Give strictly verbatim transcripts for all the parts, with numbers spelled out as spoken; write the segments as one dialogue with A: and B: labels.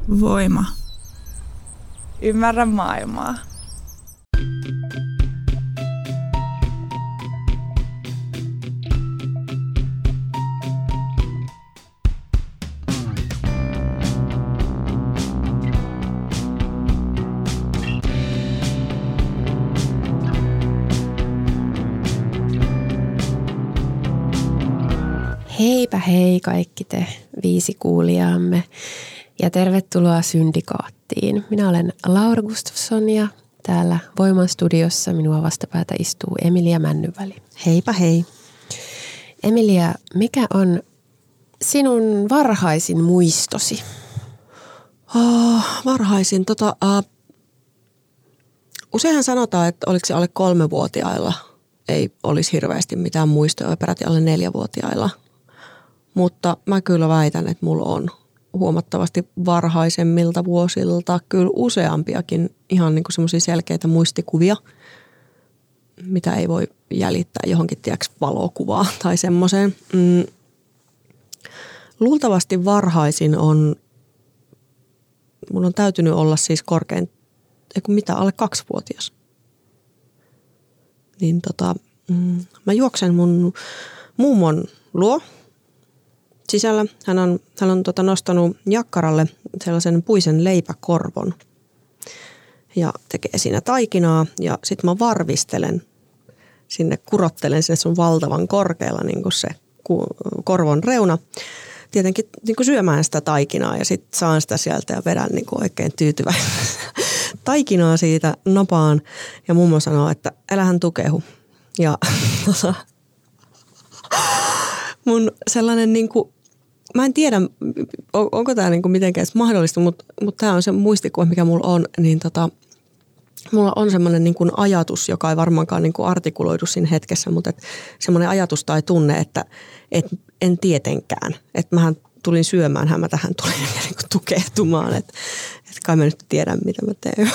A: Voima. Ymmärrä maailmaa.
B: Heipä hei kaikki te viisi kuulijaamme ja tervetuloa Syndikaattiin. Minä olen Laura Gustafsson ja täällä Voiman studiossa minua vastapäätä istuu Emilia Männyväli.
C: Heipä hei.
B: Emilia, mikä on sinun varhaisin muistosi?
C: Oh, varhaisin. Tota, uh, useinhan sanotaan, että oliko se alle kolmevuotiailla ei olisi hirveästi mitään muistoja, peräti alle neljävuotiailla. Mutta mä kyllä väitän, että mulla on huomattavasti varhaisemmilta vuosilta kyllä useampiakin ihan niin kuin semmoisia selkeitä muistikuvia, mitä ei voi jäljittää johonkin tiedäks valokuvaan tai semmoiseen. Mm. Luultavasti varhaisin on, mun on täytynyt olla siis korkein, eiku mitä, alle kaksivuotias. Niin tota, mm, mä juoksen mun mummon luo sisällä. Hän on, hän on tota nostanut jakkaralle sellaisen puisen leipäkorvon ja tekee siinä taikinaa ja sit mä varvistelen sinne, kurottelen sinne sun valtavan korkealla niin kuin se korvon reuna. Tietenkin niin kuin syömään sitä taikinaa ja sit saan sitä sieltä ja vedän niin kuin oikein tyytyväinen taikinaa siitä napaan ja mummo sanoo, että älähän tukehu. Ja mun sellainen niin kuin, mä en tiedä, onko tämä niin kuin mitenkään mahdollista, mutta, mutta tämä on se muistikuva, mikä mulla on, niin tota, mulla on semmoinen niin kuin ajatus, joka ei varmaankaan niin kuin artikuloidu siinä hetkessä, mutta et semmoinen ajatus tai tunne, että et en tietenkään, että mähän tulin syömään, hän mä tähän tulin niin kuin tukehtumaan, että et kai mä nyt tiedän, mitä mä teen.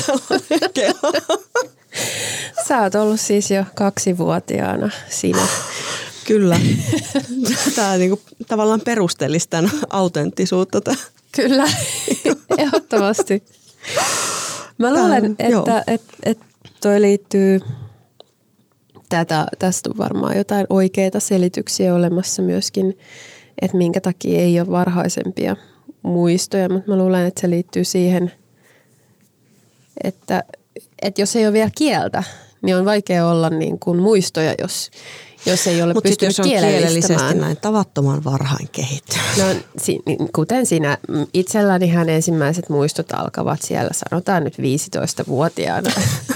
B: Sä oot ollut siis jo kaksivuotiaana siinä.
C: Kyllä. Tämä niinku tavallaan perustelisi tämän autenttisuutta. Tämä.
B: Kyllä, ehdottomasti. Mä luulen, Tän, että et, et toi liittyy, tätä, tästä on varmaan jotain oikeita selityksiä olemassa myöskin, että minkä takia ei ole varhaisempia muistoja, mutta mä luulen, että se liittyy siihen, että, että jos ei ole vielä kieltä, niin on vaikea olla niin kuin muistoja, jos... Jos ei ole
C: Mut
B: pystynyt
C: kielellisesti näin tavattoman varhain kehittyä.
B: No kuten siinä, itsellänihän ensimmäiset muistot alkavat siellä, sanotaan nyt viisitoistavuotiaana.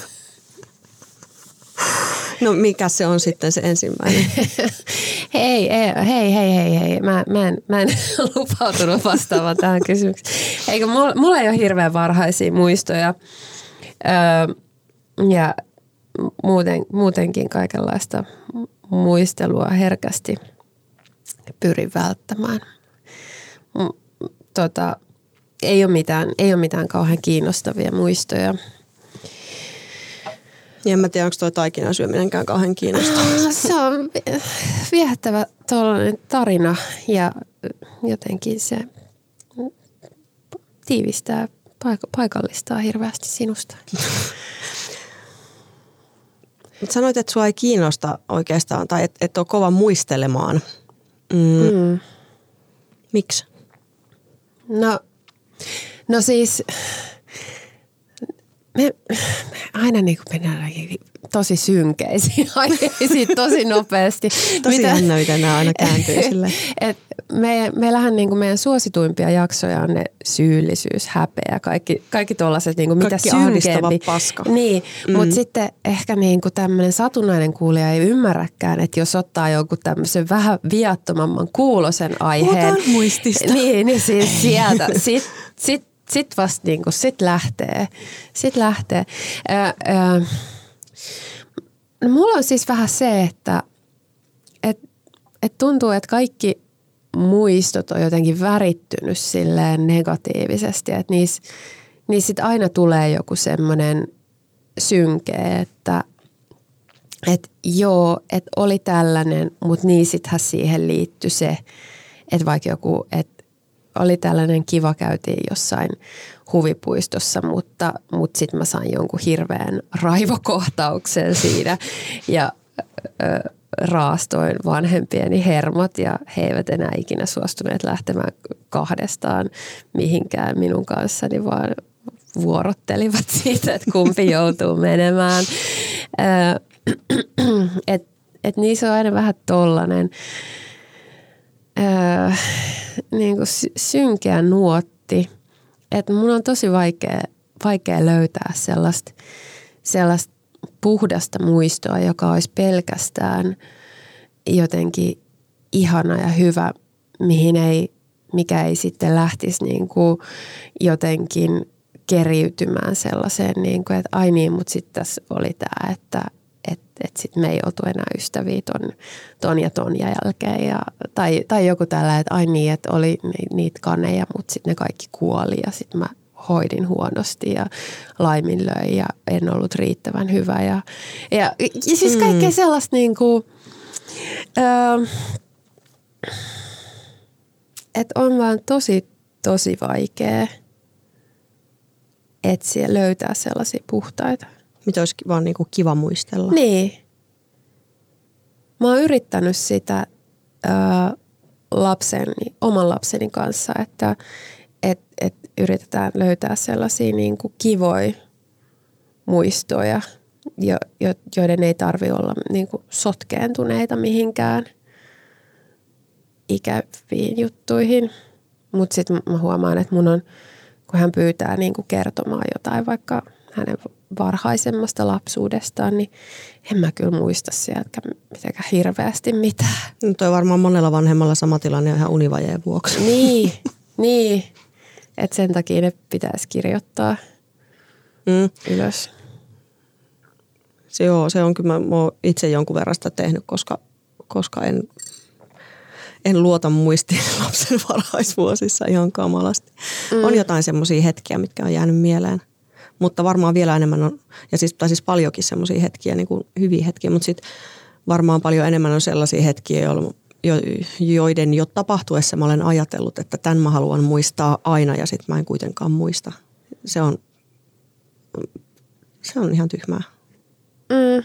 C: No mikä se on sitten se ensimmäinen?
B: hei, hei, hei, hei, hei, hei. Mä, mä, en, mä en lupautunut vastaamaan tähän kysymykseen. Eikö, mulla, mulla ei ole hirveän varhaisia muistoja öö, ja muuten, muutenkin kaikenlaista muistelua herkästi pyrin välttämään. Tota, ei ole mitään, ei ole mitään kauhean kiinnostavia muistoja.
C: Ja en mä tiedä, onko tuo taikinan syöminenkään kauhean kiinnostavaa.
B: Se on viehättävä tuollainen tarina ja jotenkin se tiivistää, paikallistaa hirveästi sinusta.
C: Mutta sanoit, että sua ei kiinnosta oikeastaan tai et, et ole kova muistelemaan. Mm. Mm. Miksi?
B: No, no siis me, me aina niin kuin mennään tosi synkeisiin aiheisiin tosi nopeasti.
C: Tosi jännä, miten nämä aina kääntyy silleen.
B: Et me, meillähän niin kuin meidän suosituimpia jaksoja on ne syyllisyys, häpeä, kaikki, kaikki tuollaiset, niin kuin mitä synkeämpi.
C: Paska.
B: Niin, mm. mutta sitten ehkä niin kuin tämmöinen satunnainen kuulija ei ymmärräkään, että jos ottaa jonkun tämmöisen vähän viattomamman kuulosen aiheen.
C: Puhutaan muistista.
B: Niin, niin siis sieltä. Sitten sit, sit vasta niin kuin, sit lähtee. Sit lähtee. Ö, ö, no mulla on siis vähän se, että et, et tuntuu, että kaikki muistot on jotenkin värittynyt silleen negatiivisesti, että niissä niissä sit aina tulee joku semmoinen synkeä, että et joo, että oli tällainen, mutta niin sittenhän siihen liittyi se, että vaikka joku, että oli tällainen kiva, käytiin jossain huvipuistossa, mutta, mutta sitten mä sain jonkun hirveän raivokohtauksen siinä ja ö, raastoin vanhempieni hermot ja he eivät enää ikinä suostuneet lähtemään kahdestaan mihinkään minun kanssani, vaan vuorottelivat siitä, että kumpi joutuu menemään. Että et niissä on aina vähän tollainen öö, niin kuin synkeä nuotti. Että mun on tosi vaikea, vaikea löytää sellaista, sellaista puhdasta muistoa, joka olisi pelkästään jotenkin ihana ja hyvä, mihin ei, mikä ei sitten lähtisi niin kuin jotenkin keriytymään sellaiseen, niin kuin, että ai niin, mutta sitten tässä oli tämä, että et, et sitten me ei oltu enää ystäviä ton, ton ja ton jälkeen. Ja, tai, tai joku tällä, että ai niin, että oli niitä kaneja, mutta sitten ne kaikki kuoli ja sitten mä hoidin huonosti ja laiminlöin ja en ollut riittävän hyvä. Ja, ja, ja siis kaikkea sellaista niin kuin, öö, että on vaan tosi, tosi vaikea etsiä, löytää sellaisia puhtaita.
C: Mitä olisi vaan niin kuin kiva muistella.
B: Niin. Mä oon yrittänyt sitä ää, lapseni, oman lapseni kanssa, että et, et yritetään löytää sellaisia niin kuin kivoja muistoja, jo, jo, joiden ei tarvitse olla niin kuin sotkeentuneita mihinkään ikäviin juttuihin. Mutta sitten mä huomaan, että mun on, kun hän pyytää niin kuin kertomaan jotain vaikka hänen varhaisemmasta lapsuudestaan, niin en mä kyllä muista sieltä mitenkään hirveästi mitään.
C: No toi varmaan monella vanhemmalla sama tilanne ihan univajeen vuoksi.
B: Niin, niin. Että sen takia ne pitäisi kirjoittaa mm. ylös.
C: Se, joo, se on kyllä, mä oon itse jonkun verran sitä tehnyt, koska, koska en, en luota muistiin lapsen varhaisvuosissa ihan kamalasti. Mm. On jotain semmoisia hetkiä, mitkä on jäänyt mieleen. Mutta varmaan vielä enemmän on, ja siis, tai siis paljonkin semmoisia hetkiä, niin kuin hyviä hetkiä, mutta sitten varmaan paljon enemmän on sellaisia hetkiä, joiden jo tapahtuessa mä olen ajatellut, että tämän mä haluan muistaa aina ja sitten mä en kuitenkaan muista. Se on, se on ihan tyhmää.
B: Mm.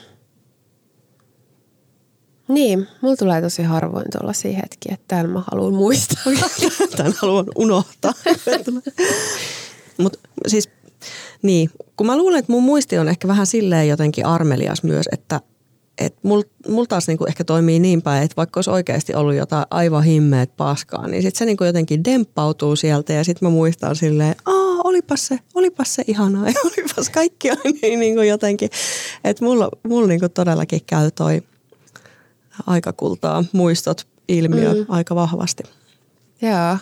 B: Niin, mulla tulee tosi harvoin tuollaisia hetkiä, että tämän mä haluan muistaa.
C: Tämän haluan unohtaa. Mutta siis niin, kun mä luulen, että mun muisti on ehkä vähän silleen jotenkin armelias myös, että et mul, mul taas niinku ehkä toimii niin päin, että vaikka olisi oikeasti ollut jotain aivan himmeet paskaa, niin sitten se niinku jotenkin demppautuu sieltä ja sitten mä muistan silleen, aa olipas se, olipas se ihanaa ja olipas kaikki on niin niinku jotenkin, että mulla, mulla niinku todellakin käy toi aikakultaa muistot ilmiö mm. aika vahvasti.
B: Joo.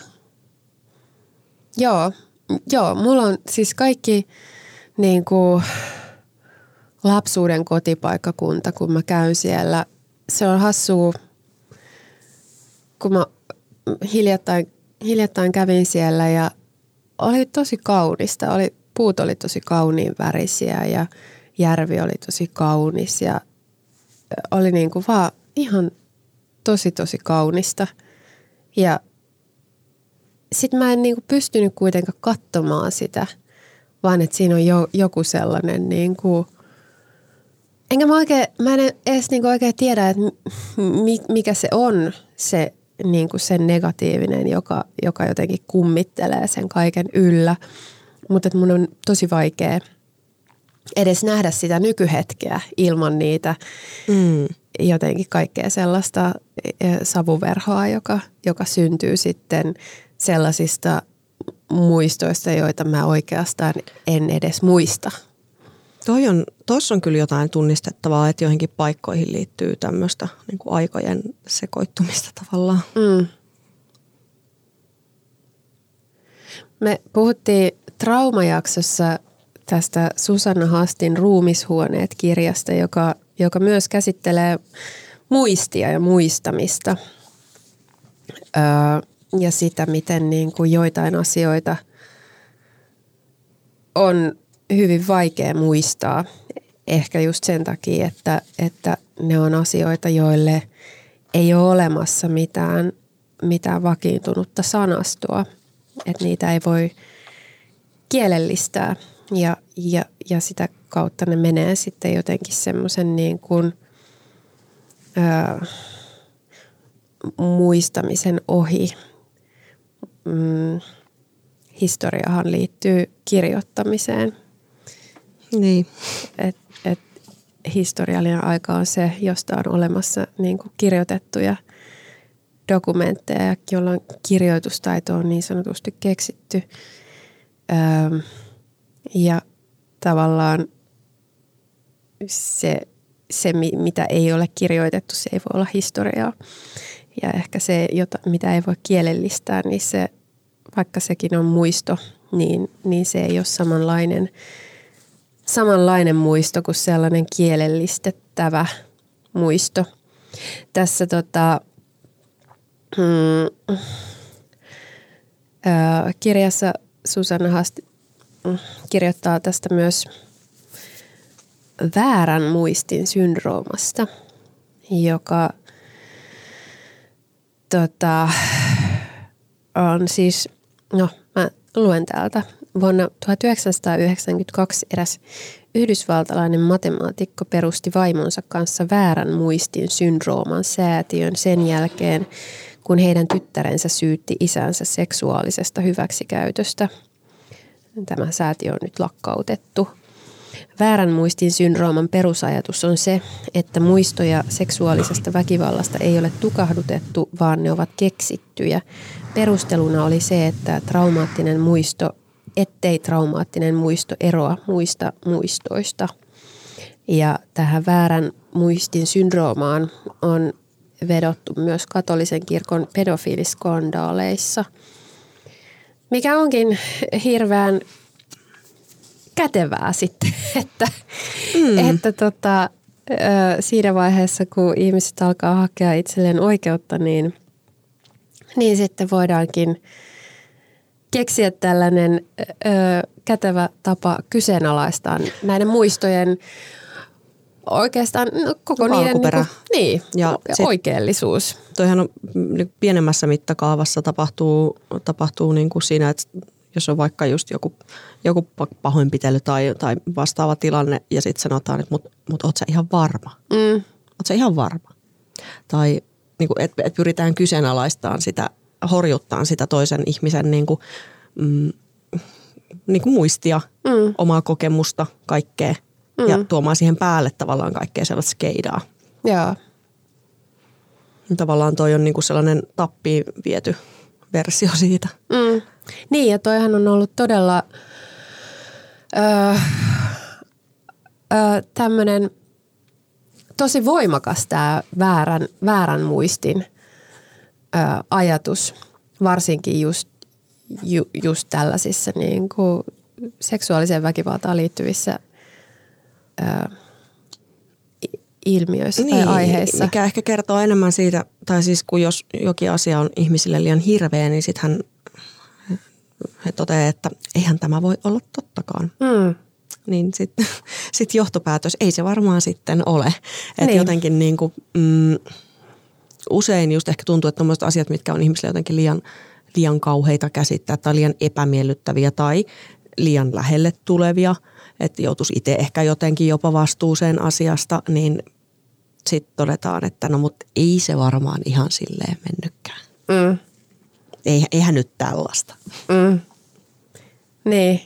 B: Joo. Joo, mulla on siis kaikki niin kuin lapsuuden kotipaikkakunta, kun mä käyn siellä. Se on hassua, kun mä hiljattain, hiljattain kävin siellä ja oli tosi kaunista. Oli, puut oli tosi kauniin värisiä ja järvi oli tosi kaunis ja oli niin kuin vaan ihan tosi tosi kaunista. Ja sitten mä en niinku pystynyt kuitenkaan katsomaan sitä, vaan että siinä on jo, joku sellainen, niinku, enkä mä, oikein, mä en edes niinku oikein tiedä, että mikä se on se, niinku sen negatiivinen, joka, joka jotenkin kummittelee sen kaiken yllä. Mutta mun on tosi vaikea edes nähdä sitä nykyhetkeä ilman niitä mm. jotenkin kaikkea sellaista savuverhoa, joka, joka syntyy sitten sellaisista muistoista, joita mä oikeastaan en edes muista.
C: Toi on, tossa on kyllä jotain tunnistettavaa, että joihinkin paikkoihin liittyy tämmöistä niin kuin aikojen sekoittumista tavallaan. Mm.
B: Me puhuttiin traumajaksossa tästä Susanna Hastin Ruumishuoneet-kirjasta, joka, joka myös käsittelee muistia ja muistamista. Öö, ja sitä, miten niin kuin joitain asioita on hyvin vaikea muistaa. Ehkä just sen takia, että, että ne on asioita, joille ei ole olemassa mitään, mitään vakiintunutta sanastoa. että niitä ei voi kielellistää ja, ja, ja sitä kautta ne menee sitten jotenkin semmoisen niin kuin Öö, muistamisen ohi. Mm, historiahan liittyy kirjoittamiseen.
C: Niin.
B: Et, et historiallinen aika on se, josta on olemassa niin kuin kirjoitettuja dokumentteja, jolloin kirjoitustaito on niin sanotusti keksitty. Öö, ja tavallaan se Se, mitä ei ole kirjoitettu, se ei voi olla historiaa. Ja ehkä se, jota, mitä ei voi kielellistää, niin se, vaikka sekin on muisto, niin, niin se ei ole samanlainen, samanlainen muisto kuin sellainen kielellistettävä muisto. Tässä tota, mm, ää, kirjassa Susanna Hast mm, kirjoittaa tästä myös väärän muistin syndroomasta, joka tota, on siis, no mä luen täältä. Vuonna tuhatyhdeksänsataayhdeksänkymmentäkaksi eräs yhdysvaltalainen matemaatikko perusti vaimonsa kanssa väärän muistin syndrooman säätiön sen jälkeen, kun heidän tyttärensä syytti isänsä seksuaalisesta hyväksikäytöstä. Tämä säätiö on nyt lakkautettu. Väärän muistin syndrooman perusajatus on se, että muistoja seksuaalisesta väkivallasta ei ole tukahdutettu, vaan ne ovat keksittyjä. Perusteluna oli se, että traumaattinen muisto, ettei traumaattinen muisto eroa muista muistoista. Ja tähän väärän muistin syndroomaan on vedottu myös katolisen kirkon pedofiiliskandaaleissa, mikä onkin hirveän kätevää sitten, että, mm. että tota, siinä vaiheessa, kun ihmiset alkaa hakea itselleen oikeutta, niin, niin sitten voidaankin keksiä tällainen ö, kätevä tapa kyseenalaistaa näiden muistojen oikeastaan no, koko
C: Valkuperä.
B: niiden niin kuin, niin,
C: ja
B: oikeellisuus.
C: Toihan on pienemmässä mittakaavassa tapahtuu, tapahtuu niin kuin siinä, että jos on vaikka just joku, joku pahoinpitely tai, tai vastaava tilanne ja sitten sanotaan, että mut, mut oot sä ihan varma?
B: Mm.
C: Oot sä ihan varma? Tai niin kuin, että et pyritään kyseenalaistamaan sitä, horjuttaan sitä toisen ihmisen niin kuin, mm, niin kuin muistia, mm. omaa kokemusta, kaikkea mm. ja tuomaan siihen päälle tavallaan kaikkea sellaista skeidaa.
B: Joo.
C: Tavallaan toi on niin kuin sellainen tappiin viety versio siitä.
B: Mm. Niin, ja toihan on ollut todella öö, öö, tämmöinen tosi voimakas tämä väärän, väärän muistin öö, ajatus, varsinkin just, ju, just tällaisissa niin kuin seksuaaliseen väkivaltaan liittyvissä öö, ilmiöissä
C: niin,
B: tai aiheissa.
C: Mikä ehkä kertoo enemmän siitä, tai siis kun jos jokin asia on ihmisille liian hirveä, niin sittenhän he toteavat, että eihän tämä voi olla tottakaan. Mm. Niin sitten sit johtopäätös, ei se varmaan sitten ole. Että niin. jotenkin niin kuin, mm, usein just ehkä tuntuu, että tommoiset asiat, mitkä on ihmisille jotenkin liian, liian kauheita käsittää tai liian epämiellyttäviä tai liian lähelle tulevia, että joutuisi itse ehkä jotenkin jopa vastuuseen asiasta, niin sitten todetaan, että no mutta ei se varmaan ihan silleen mennytkään. Mm. Ei, eihän nyt tällaista.
B: Mm. Niin.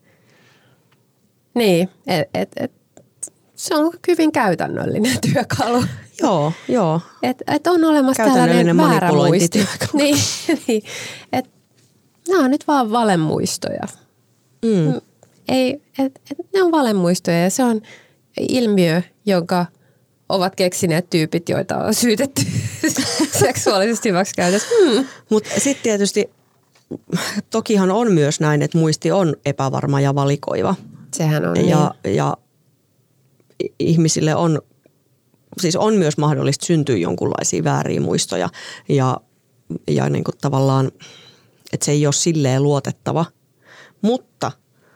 B: Niin, et, et, et, se on hyvin käytännöllinen työkalu.
C: Joo, joo.
B: Että et on olemassa tällainen väärä muisti. Niin, niin. Että nämä on nyt vaan valemuistoja. Mm. Ei, et, et, ne on valemuistoja ja se on ilmiö, jonka ovat keksineet tyypit, joita on syytetty seksuaalisesti hyväksikäytössä. Mm.
C: Mutta sitten tietysti tokihan on myös näin, että muisti on epävarma ja valikoiva.
B: Sehän on
C: ja,
B: niin.
C: Ja ihmisille on, siis on myös mahdollista syntyä jonkunlaisia vääriä muistoja ja, ja niin kuin tavallaan, että se ei ole silleen luotettava. Mutta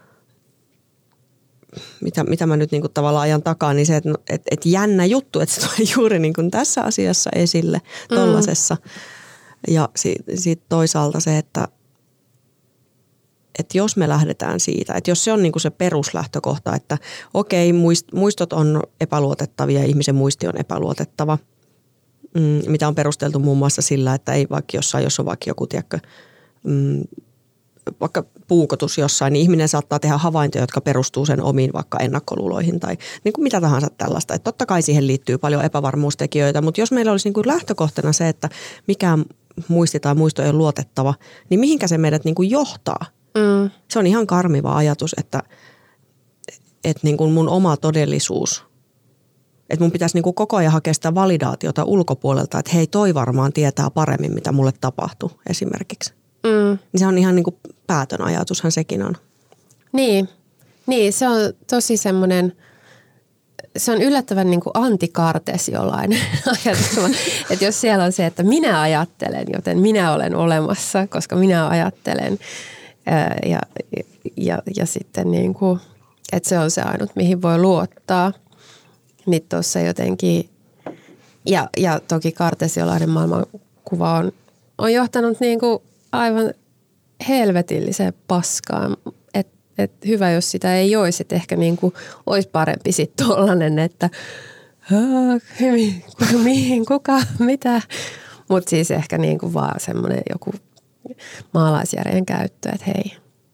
C: mitä, mitä mä nyt niin kuin tavallaan ajan takaa, niin se, että et, et jännä juttu, että se tulee juuri niin kuin tässä asiassa esille tollasessa. Mm. Ja sitten sit toisaalta se, että että jos me lähdetään siitä, että jos se on niin kuin se peruslähtökohta, että okei, muistot on epäluotettavia ja ihmisen muisti on epäluotettava, mitä on perusteltu muun muassa sillä, että ei vaikka jossain, jos on vaikka joku, tiedätkö, vaikka puukotus jossain, niin ihminen saattaa tehdä havaintoja, jotka perustuu sen omiin vaikka ennakkoluuloihin tai niin kuin mitä tahansa tällaista. Että totta kai siihen liittyy paljon epävarmuustekijöitä, mutta jos meillä olisi niin kuin lähtökohtana se, että mikään muisti tai muisto ei ole luotettava, niin mihinkä se meidät niin kuin johtaa? Mm. Se on ihan karmiva ajatus, että, että niin kuin mun oma todellisuus, että mun pitäisi niin kuin koko ajan hakea sitä validaatiota ulkopuolelta, että hei, toi varmaan tietää paremmin, mitä mulle tapahtuu esimerkiksi. Mm. Niin se on ihan niin kuin päätön ajatushan sekin on.
B: Niin, niin se on tosi semmoinen, se on yllättävän niin kuin antikartesiolainen ajatus. Että jos siellä on se, että minä ajattelen, joten minä olen olemassa, koska minä ajattelen ää, ja, ja, ja sitten niin kuin, että se on se ainut, mihin voi luottaa. Niin tuossa jotenkin, ja, ja toki kartesiolainen maailmankuva on, on johtanut niin kuin aivan helvetilliseen paskaan. Että et hyvä, jos sitä ei olisi, että ehkä niin kuin olisi parempi sitten tollainen, että mihin, kuka, mitä. Mutta siis ehkä niin kuin vaan semmoinen joku maalaisjärjen käyttö, että hei,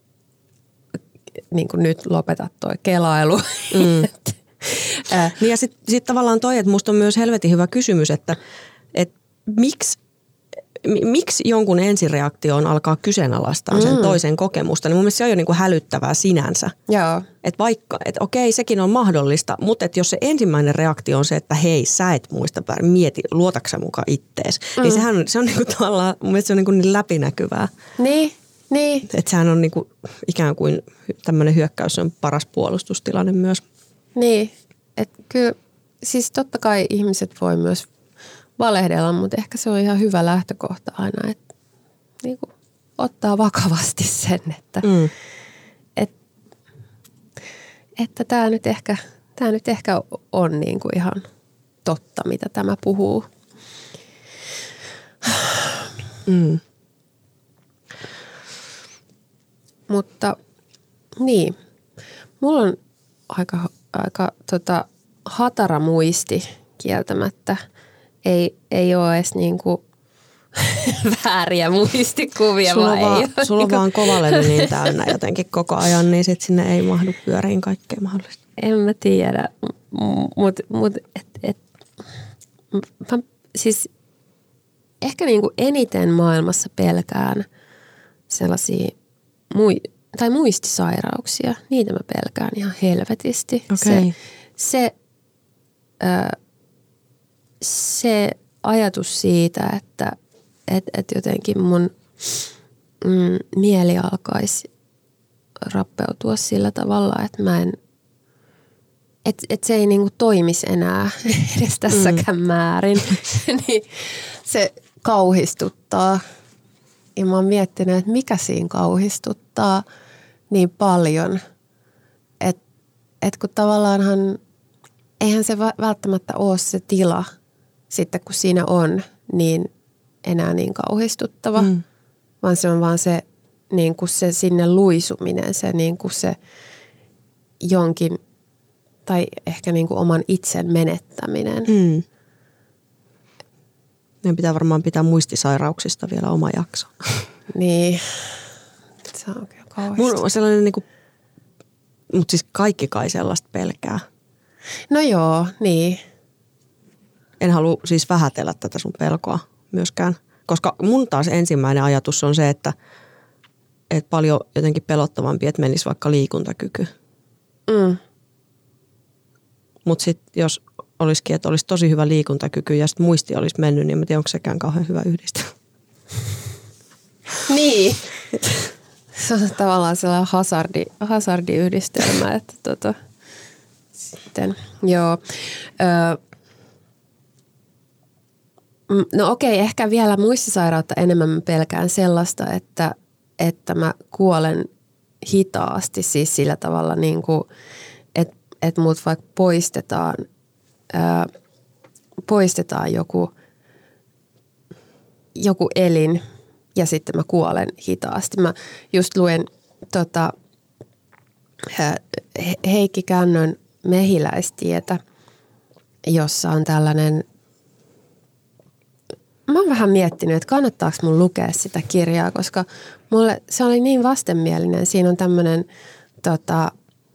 B: niin kuin nyt lopeta toi kelailu. Mm.
C: Äh. Niin ja sitten sit tavallaan toi, että musta on myös helvetin hyvä kysymys, että et miksi, miksi jonkun ensireaktioon alkaa kyseenalaistaa sen mm. toisen kokemusta, niin mun mielestä se on jo niinku hälyttävää sinänsä.
B: Joo.
C: Että vaikka, että okei, sekin on mahdollista, mutta että jos se ensimmäinen reaktio on se, että hei, sä et muista väärin, mieti, luotaksä mukaan ittees, mm. niin sehän on, se on niinku tavallaan, mun mielestä se on niinku niin läpinäkyvää.
B: Niin, niin.
C: Että sehän on niinku ikään kuin tämmöinen hyökkäys on paras puolustustilanne myös.
B: Niin, että kyllä, siis totta kai ihmiset voi myös valehdella, mutta ehkä se on ihan hyvä lähtökohta aina, että niin kuin, ottaa vakavasti sen, että mm. et, että tämä nyt ehkä, tämä nyt ehkä on niin kuin ihan totta, mitä tämä puhuu. Mm. Mutta niin, mulla on aika, aika tota, hatara muisti kieltämättä. Ei, ei ole edes niinku vääriä muistikuvia.
C: Sulla
B: vaan
C: vaan,
B: ei
C: sulla on vaan kova levy niin täynnä jotenkin koko ajan, niin sit sinne ei mahdu pyöriin kaikkea mahdollista.
B: En mä tiedä, mutta mut, et, et, mä, siis ehkä niinku eniten maailmassa pelkään sellaisia mui, tai muistisairauksia. Niitä mä pelkään ihan helvetisti.
C: Okay.
B: Se, se, ö, se ajatus siitä, että et, et jotenkin mun mm, mieli alkaisi rappeutua sillä tavalla, että mä en, että et se ei niinku toimisi enää edes tässäkään mm. määrin, niin se kauhistuttaa. Ja mä oon miettinyt, että mikä siinä kauhistuttaa niin paljon, että et kun tavallaanhan eihän se välttämättä ole se tila sitten kun siinä on niin enää niin kauhistuttava, mm. vaan se on vaan se, niin kuin se sinne luisuminen, se, niin kuin se jonkin tai ehkä niin kuin oman itsen menettäminen.
C: Mm. Meidän pitää varmaan pitää muistisairauksista vielä oma jakso.
B: Niin, se on kyllä kauheasti.
C: Mulla on sellainen, niin kuin, mutta siis kaikki kai sellaista pelkää.
B: No joo, niin.
C: En halua siis vähätellä tätä sun pelkoa myöskään, koska mun taas ensimmäinen ajatus on se, että, että paljon jotenkin pelottavampi, että menisi vaikka liikuntakyky. Mm. Mutta sitten jos olisikin, että olisi tosi hyvä liikuntakyky ja sitten muisti olisi mennyt, niin en tiedä, onko sekään kauhean hyvä yhdistää.
B: Niin. Se on tavallaan sellainen hazardi, hazardiyhdistelmä, että tota, sitten joo. Öö, no okei, ehkä vielä muistisairautta enemmän mä pelkään sellaista, että, että mä kuolen hitaasti, siis sillä tavalla niin kuin, että, että mut vaikka poistetaan, ää, poistetaan joku, joku elin ja sitten mä kuolen hitaasti. Mä just luen tota, Heikki Kännön Mehiläistietä, jossa on tällainen, mä oon vähän miettinyt, että kannattaako mun lukea sitä kirjaa, koska mulle se oli niin vastenmielinen. Siinä on tämmöinen tota,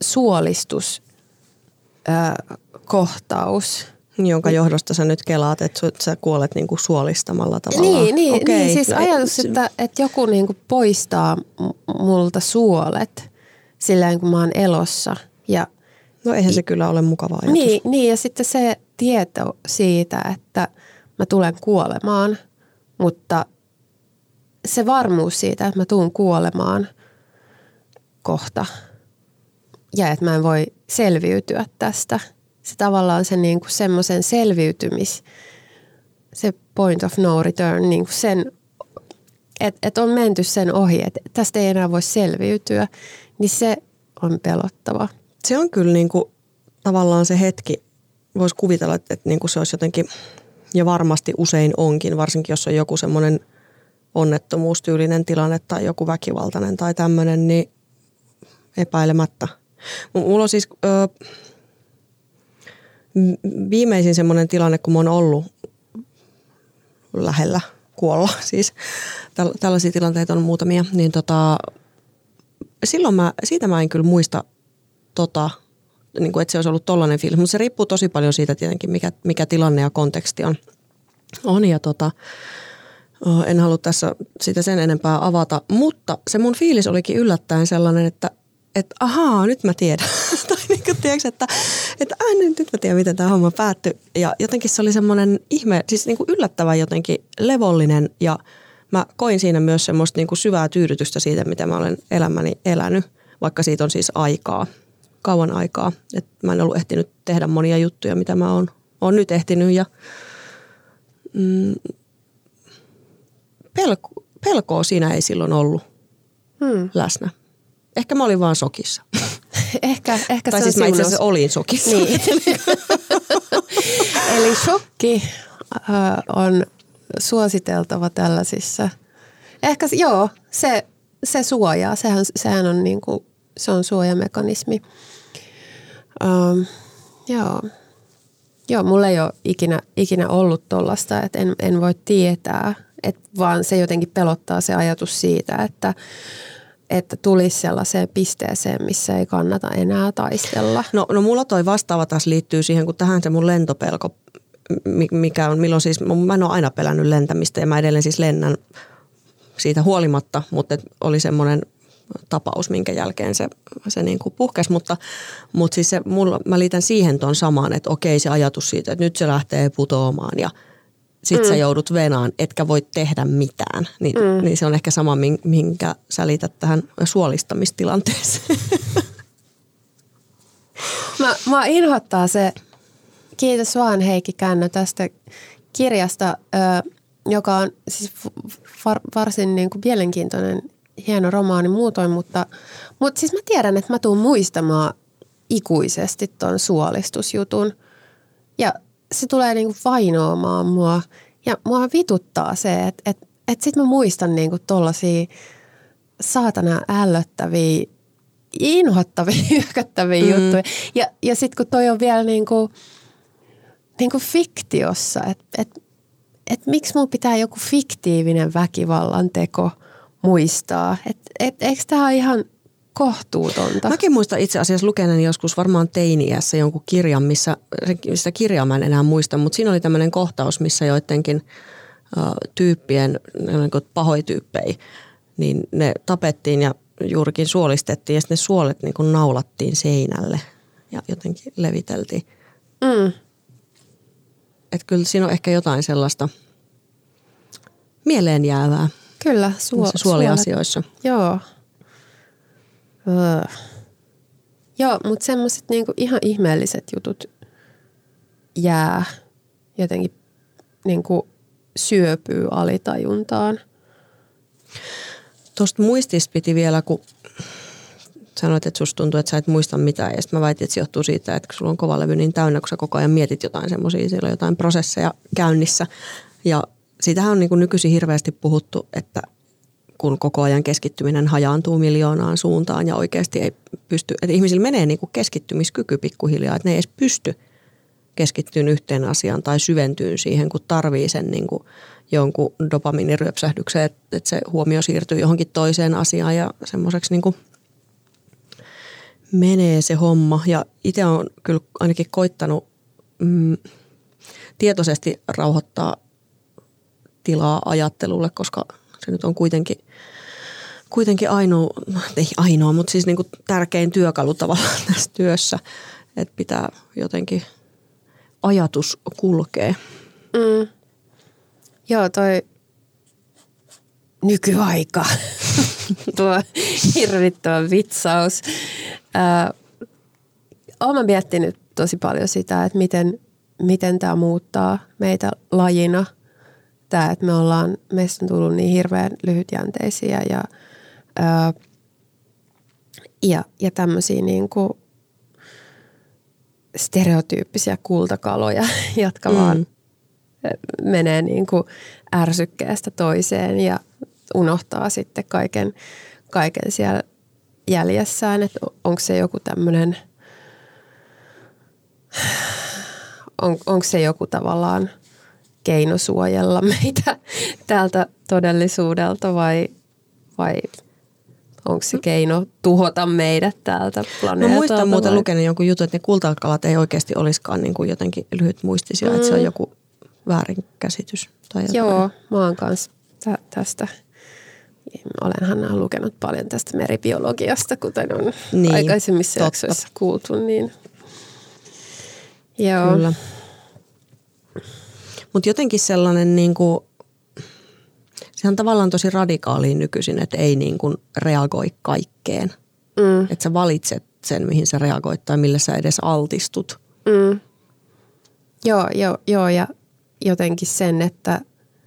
B: suolistuskohtaus.
C: Jonka johdosta sä nyt kelaat, että sä kuolet niinku suolistamalla tavallaan.
B: Niin, niin,
C: Okei.
B: niin siis
C: no,
B: ajatus, että, että joku niinku poistaa multa suolet silleen, kun mä oon elossa. Ja,
C: no eihän se kyllä ole mukava ajatus.
B: Niin, niin, ja sitten se tieto siitä, että mä tulen kuolemaan, mutta se varmuus siitä, että mä tuun kuolemaan kohta ja että mä en voi selviytyä tästä. Se tavallaan se niinku semmoisen selviytymis, se point of no return, niinku sen, että et on menty sen ohi, että tästä ei enää voi selviytyä, niin se on pelottava.
C: Se on kyllä niinku, tavallaan se hetki, voisi kuvitella, että, että niinku se olisi jotenkin, ja varmasti usein onkin, varsinkin jos on joku semmoinen onnettomuustyylinen tilanne tai joku väkivaltainen tai tämmöinen, niin epäilemättä. Mulla on siis ö, viimeisin semmoinen tilanne, kun mä oon ollut lähellä kuolla, siis tällaisia tilanteita on muutamia, niin tota, silloin mä, siitä mä en kyllä muista tota, niin kuin, että se olisi ollut tollainen fiilis, mutta se riippuu tosi paljon siitä tietenkin, mikä, mikä tilanne ja konteksti on. on ja tota, en halua tässä sitä sen enempää avata, mutta se mun fiilis olikin yllättäen sellainen, että että ahaa, nyt mä tiedän. tai niin kuin tiedätkö, että, että aina nyt mä tiedän, miten tämä homma päättyi. Ja jotenkin se oli semmoinen ihme, siis niin kuin yllättävän jotenkin levollinen ja mä koin siinä myös semmoista niin kuin syvää tyydytystä siitä, mitä mä olen elämäni elänyt, vaikka siitä on siis aikaa, kauan aikaa. Että mä en ollut ehtinyt tehdä monia juttuja, mitä mä oon, oon nyt ehtinyt ja mm, pelko, pelkoa siinä ei silloin ollut hmm. läsnä. Ehkä mä olin vaan sokissa.
B: Ehkä, ehkä
C: tai
B: se
C: siis
B: on
C: mä itse
B: siunaus.
C: asiassa olin sokissa.
B: Niin. Eli shokki äh, on suositeltava tällaisissa. Ehkä joo, se, se suojaa. Sehän, sehän on niinku, se on suojamekanismi. Ähm, joo. Joo, mulla ei ole ikinä, ikinä ollut tollaista, että en, en voi tietää, et vaan se jotenkin pelottaa se ajatus siitä, että että tulisi sellaiseen pisteeseen, missä ei kannata enää taistella.
C: No, no mulla toi vastaava taas liittyy siihen, kun tähän se mun lentopelko, mikä on, milloin siis, mä en ole aina pelännyt lentämistä ja mä edelleen siis lennän siitä huolimatta, mutta oli semmoinen tapaus, minkä jälkeen se, se niin kuin puhkesi, mutta, mutta siis se, mulla, mä liitän siihen ton samaan, että okei se ajatus siitä, että nyt se lähtee putoamaan ja sitten mm. sä joudut venaan, etkä voi tehdä mitään. Niin, mm. niin se on ehkä sama, minkä sä liität tähän suolistamistilanteeseen.
B: Mä, mä inhottaa se, kiitos vaan Heikki Kännö tästä kirjasta, joka on siis var, varsin niin kuin mielenkiintoinen, hieno romaani muutoin, mutta, mutta siis mä tiedän, että mä tuun muistamaan ikuisesti ton suolistusjutun ja se tulee niinku vainoamaan mua ja mua vituttaa se, että et, et sit mä muistan niinku tollasia saatana ällöttäviä, inhottavia, hyökättäviä mm. juttuja. Ja, ja sit kun toi on vielä niinku, niinku fiktiossa, että et, et miksi mun pitää joku fiktiivinen väkivallan teko muistaa? Että et, eikö tää ole ihan kohtuutonta?
C: Mäkin muistan itse asiassa lukeneeni joskus varmaan teini-iässä jonkun kirjan, missä, sitä kirjaa mä en enää muista, mutta siinä oli tämmöinen kohtaus, missä joidenkin äh, tyyppien, pahoityyppejä, niin ne tapettiin ja juurikin suolistettiin ja sitten ne suolet niin kuin naulattiin seinälle ja jotenkin leviteltiin.
B: Mm.
C: Että kyllä siinä on ehkä jotain sellaista mieleen jäävää.
B: Kyllä, suo,
C: suoliasioissa.
B: Joo. Öö. Joo, mutta semmoiset niinku ihan ihmeelliset jutut jää jotenkin niinku syöpyy alitajuntaan.
C: Tuosta muistista piti vielä, kun sanoit, että susta tuntuu, että sä et muista mitään. Ja sitten mä väitin, että se johtuu siitä, että kun sulla on kova levy niin täynnä, kun sä koko ajan mietit jotain semmoisia, siellä on jotain prosesseja käynnissä. Ja siitähän on niin kuin nykyisin hirveästi puhuttu, että kun koko ajan keskittyminen hajaantuu miljoonaan suuntaan ja oikeasti ei pysty, että ihmisillä menee niin kuin keskittymiskyky pikkuhiljaa, että ne ei edes pysty keskittyyn yhteen asiaan tai syventyyn siihen, kun tarvii sen niin kuin jonkun dopamiiniryöpsähdyksen, että, että se huomio siirtyy johonkin toiseen asiaan ja semmoiseksi niin kuin menee se homma. Ja itse olen kyllä ainakin koittanut mm, tietoisesti rauhoittaa tilaa ajattelulle, koska se nyt on kuitenkin, kuitenkin ainoa, ei ainoa, mutta siis niin kuin tärkein työkalu tavallaan tässä työssä, että pitää jotenkin ajatus kulkee.
B: Mm. Joo, toi nykyaika, tuo hirvittävä vitsaus. Ää, olen miettinyt tosi paljon sitä, että miten, miten tämä muuttaa meitä lajina. Tämä, että me ollaan, meistä on tullut niin hirveän lyhytjänteisiä ja, ää, ja, ja tämmöisiä niin kuin stereotyyppisiä kultakaloja, jotka mm. vaan menee niin kuin ärsykkeestä toiseen ja unohtaa sitten kaiken, kaiken siellä jäljessään, että onko se joku tämmöinen, on, onko se joku tavallaan keino suojella meitä tältä todellisuudelta vai, vai onko se keino tuhota meidät täältä planeetalta?
C: Mä muistan muuten
B: vai?
C: lukenut jonkun jutun, että ne kultakalat ei oikeasti olisikaan niin kuin jotenkin lyhytmuistisia, mm. että se on joku väärinkäsitys. Tai jotain.
B: Joo, mä oon kanssa tä- tästä. Olenhan lukenut paljon tästä meribiologiasta, kuten on niin, aikaisemmissa totta. jaksoissa kuultu. Niin. Joo.
C: Kyllä. Mutta jotenkin sellainen, niin kuin, se on tavallaan tosi radikaaliin nykyisin, että ei niin kuin reagoi kaikkeen. Mm. Että sä valitset sen, mihin sä reagoit tai millä sä edes altistut.
B: Mm. Joo, joo, joo, ja jotenkin sen, että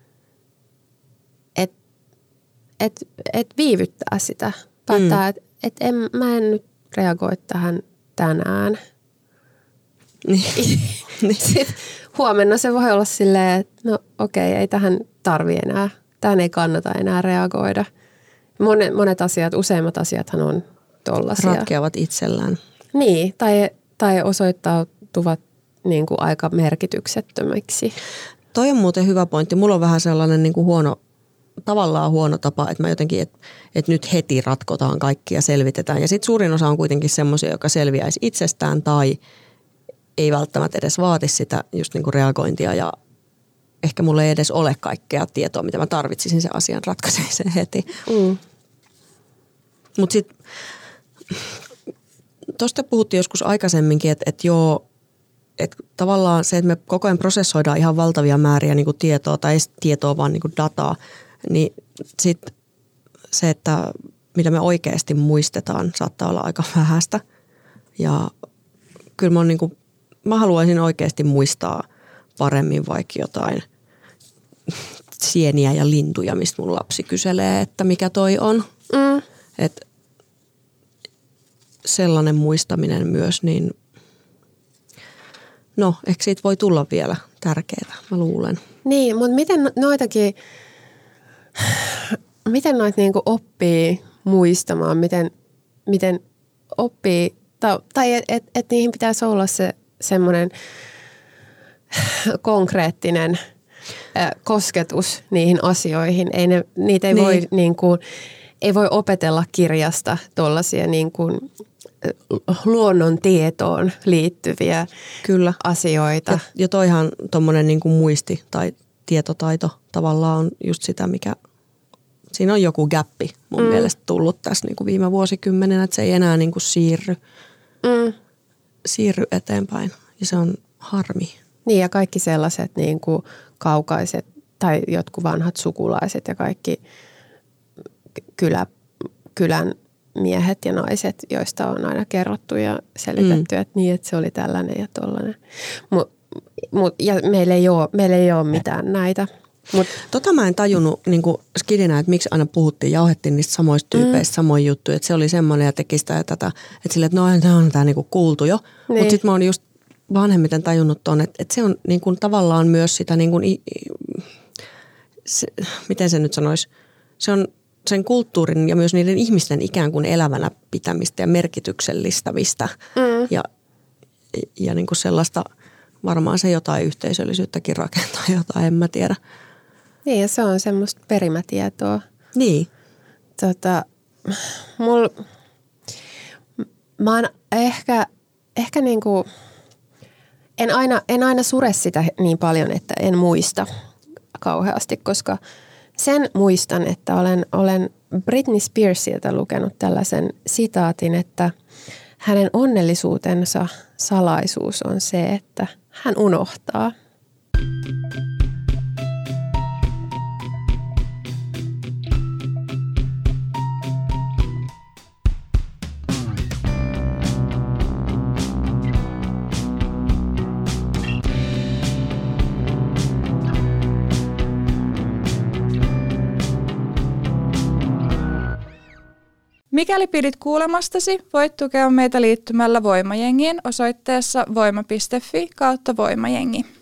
B: et, et, et viivyttää sitä. Päättää, mm. että et en, mä en nyt reagoi tähän tänään.
C: Niin.
B: Sitten huomenna se voi olla silleen, että no okei, ei tähän tarvi enää. Tähän ei kannata enää reagoida. Monet, monet asiat, useimmat asiathan on tollaisia.
C: Ratkeavat itsellään.
B: Niin, tai, tai osoittautuvat niin kuin aika merkityksettömiksi.
C: Toi on muuten hyvä pointti. Mulla on vähän sellainen niin kuin huono, tavallaan huono tapa, että mä jotenkin, että, että nyt heti ratkotaan kaikki ja selvitetään. Ja sitten suurin osa on kuitenkin semmoisia, joka selviäisi itsestään tai ei välttämättä edes vaati sitä just niin kuin reagointia ja ehkä mulla ei edes ole kaikkea tietoa, mitä mä tarvitsisin sen asian ratkaisemiseen heti. Mm. Mutta sitten tuosta puhuttiin joskus aikaisemminkin, että, että joo, että tavallaan se, että me koko ajan prosessoidaan ihan valtavia määriä niin kuin tietoa tai ei tietoa, vaan niin kuin dataa, niin sitten se, että mitä me oikeasti muistetaan, saattaa olla aika vähäistä. Ja kyllä mä, on niin kuin, mä haluaisin oikeasti muistaa paremmin vaikka jotain sieniä ja lintuja, mistä mun lapsi kyselee, että mikä toi on. Mm. Että sellainen muistaminen myös, niin no, ehkä siitä voi tulla vielä tärkeää, mä luulen.
B: Niin, mutta miten noitakin, miten noita niinku oppii muistamaan, miten, miten oppii, tai, tai että et, et niihin pitäisi olla se semmoinen konkreettinen äh, kosketus niihin asioihin. Ei ne, niitä ei, niin. voi, niin kuin, ei voi opetella kirjasta tuollaisia niin kuin luonnontietoon liittyviä Kyllä. asioita.
C: Ja, ja toihan tuommoinen niin kuin muisti tai tietotaito tavallaan on just sitä, mikä siinä on joku gäppi mun mm. mielestä tullut tässä niin kuin viime vuosikymmenenä, että se ei enää niin kuin siirry, mm. siirry eteenpäin ja se on harmi.
B: Niin ja kaikki sellaiset niin kuin kaukaiset tai jotkut vanhat sukulaiset ja kaikki kylä, kylän miehet ja naiset, joista on aina kerrottu ja selitetty, mm. että niin, että se oli tällainen ja tollainen. Mut, mut, ja meillä ei ole, meillä ei ole mitään näitä. Mut.
C: Tota mä en tajunnut niin kuin skidinä, että miksi aina puhuttiin, jauhettiin niistä samoista tyypeistä, mm. samoja juttuja, että se oli semmoinen ja teki sitä ja tätä, että silleen, että no tämä on tämä niin kuin kuultu jo. Niin. Mutta sitten mä oon just vanhemmiten tajunnut ton, että, että se on niin kuin tavallaan myös sitä, niin kuin, se, miten se nyt sanoisi, se on sen kulttuurin ja myös niiden ihmisten ikään kuin elävänä pitämistä ja merkityksellistämistä. Mm. Ja, ja niin kuin sellaista, varmaan se jotain yhteisöllisyyttäkin rakentaa, jotain en mä tiedä.
B: Niin ja se on semmoista perimätietoa.
C: Niin.
B: Tota, mul, mä oon ehkä, ehkä niinku, en aina, en aina sure sitä niin paljon, että en muista kauheasti, koska sen muistan, että olen, olen Britney Spearsilta lukenut tällaisen sitaatin, että hänen onnellisuutensa salaisuus on se, että hän unohtaa.
A: Mikäli pidit kuulemastasi, voit tukea meitä liittymällä Voimajengiin osoitteessa voima piste fi kautta voimajengi.